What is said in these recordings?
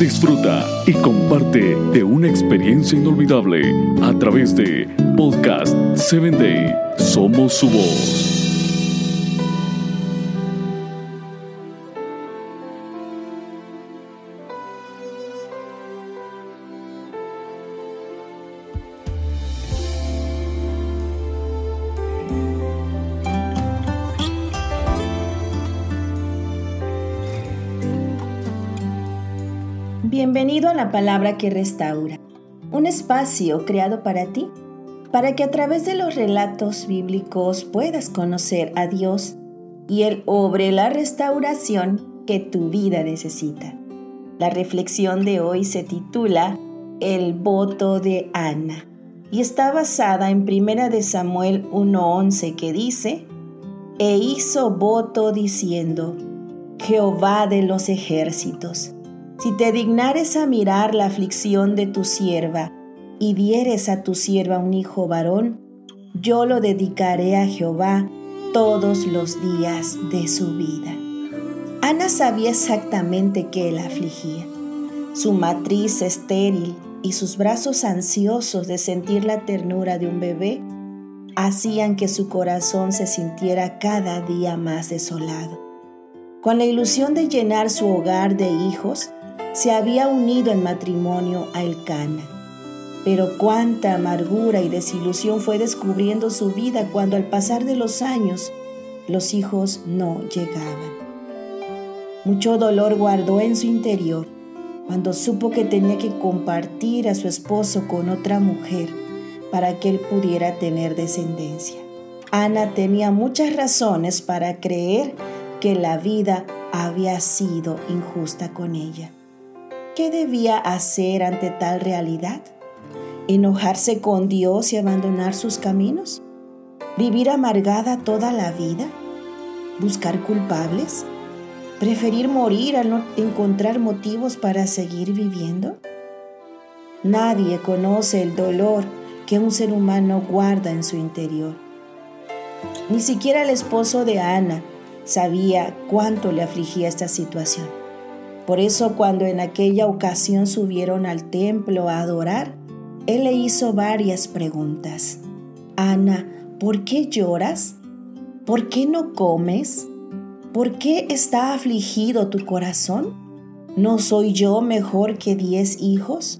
Disfruta y comparte de una experiencia inolvidable a través de Podcast 7 Day. Somos su voz. Bienvenido a la palabra que restaura, un espacio creado para ti, para que a través de los relatos bíblicos puedas conocer a Dios y Él obre la restauración que tu vida necesita. La reflexión de hoy se titula El voto de Ana y está basada en 1 Samuel 1:11 que dice: E hizo voto diciendo: Jehová de los ejércitos, si te dignares a mirar la aflicción de tu sierva y dieres a tu sierva un hijo varón, yo lo dedicaré a Jehová todos los días de su vida. Ana sabía exactamente qué la afligía. Su matriz estéril y sus brazos ansiosos de sentir la ternura de un bebé hacían que su corazón se sintiera cada día más desolado. Con la ilusión de llenar su hogar de hijos, se había unido en matrimonio a Elcana. Pero cuánta amargura y desilusión fue descubriendo su vida cuando al pasar de los años los hijos no llegaban. Mucho dolor guardó en su interior cuando supo que tenía que compartir a su esposo con otra mujer para que él pudiera tener descendencia. Ana tenía muchas razones para creer que la vida había sido injusta con ella. ¿Qué debía hacer ante tal realidad? ¿Enojarse con Dios y abandonar sus caminos? ¿Vivir amargada toda la vida? ¿Buscar culpables? ¿Preferir morir al no encontrar motivos para seguir viviendo? Nadie conoce el dolor que un ser humano guarda en su interior. Ni siquiera el esposo de Ana sabía cuánto le afligía esta situación. Por eso, cuando en aquella ocasión subieron al templo a adorar, él le hizo varias preguntas. Ana, ¿por qué lloras? ¿Por qué no comes? ¿Por qué está afligido tu corazón? ¿No soy yo mejor que 10 hijos?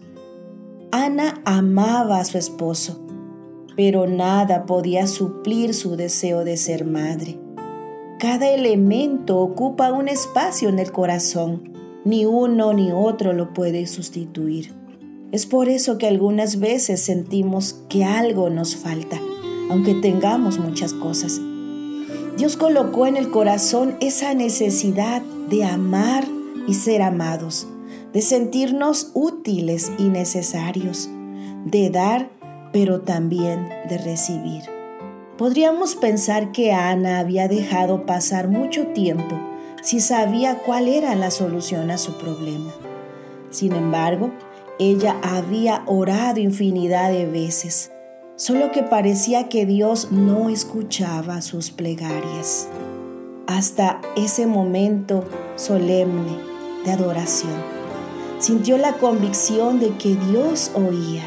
Ana amaba a su esposo, pero nada podía suplir su deseo de ser madre. Cada elemento ocupa un espacio en el corazón. Ni uno ni otro lo puede sustituir. Es por eso que algunas veces sentimos que algo nos falta, aunque tengamos muchas cosas. Dios colocó en el corazón esa necesidad de amar y ser amados, de sentirnos útiles y necesarios, de dar, pero también de recibir. Podríamos pensar que Ana había dejado pasar mucho tiempo si sabía cuál era la solución a su problema. Sin embargo, ella había orado infinidad de veces, solo que parecía que Dios no escuchaba sus plegarias. Hasta ese momento solemne de adoración, sintió la convicción de que Dios oía,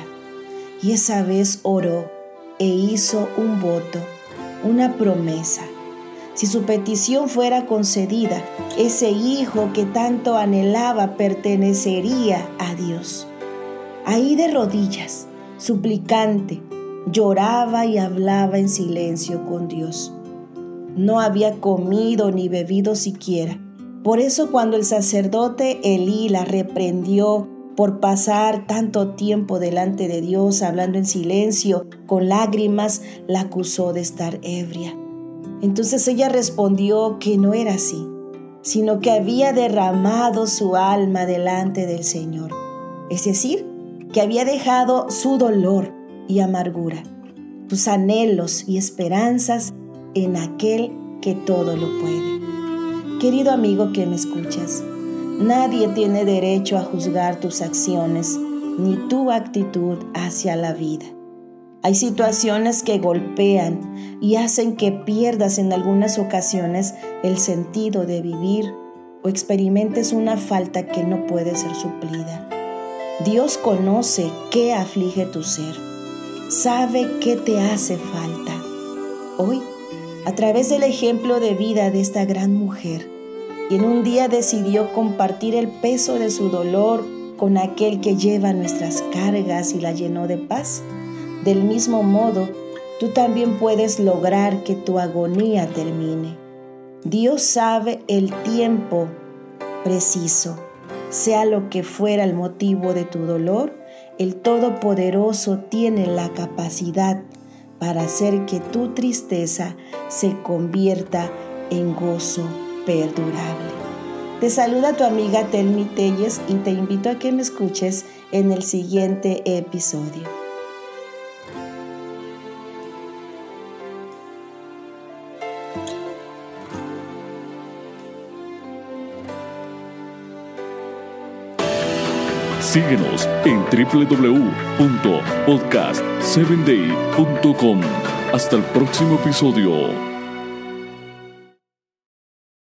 y esa vez oró e hizo un voto, una promesa. Si su petición fuera concedida, ese hijo que tanto anhelaba pertenecería a Dios. Ahí de rodillas, suplicante, lloraba y hablaba en silencio con Dios. No había comido ni bebido siquiera. Por eso cuando el sacerdote Elí la reprendió por pasar tanto tiempo delante de Dios hablando en silencio, con lágrimas, la acusó de estar ebria. Entonces ella respondió que no era así, sino que había derramado su alma delante del Señor. Es decir, que había dejado su dolor y amargura, sus anhelos y esperanzas en aquel que todo lo puede. Querido amigo que me escuchas, nadie tiene derecho a juzgar tus acciones ni tu actitud hacia la vida. Hay situaciones que golpean y hacen que pierdas en algunas ocasiones el sentido de vivir o experimentes una falta que no puede ser suplida. Dios conoce qué aflige tu ser, sabe qué te hace falta. Hoy, a través del ejemplo de vida de esta gran mujer, quien un día decidió compartir el peso de su dolor con aquel que lleva nuestras cargas y la llenó de paz, del mismo modo, tú también puedes lograr que tu agonía termine. Dios sabe el tiempo preciso. Sea lo que fuera el motivo de tu dolor, el Todopoderoso tiene la capacidad para hacer que tu tristeza se convierta en gozo perdurable. Te saluda tu amiga Telmi Telles y te invito a que me escuches en el siguiente episodio. Síguenos en www.podcast7day.com. Hasta el próximo episodio.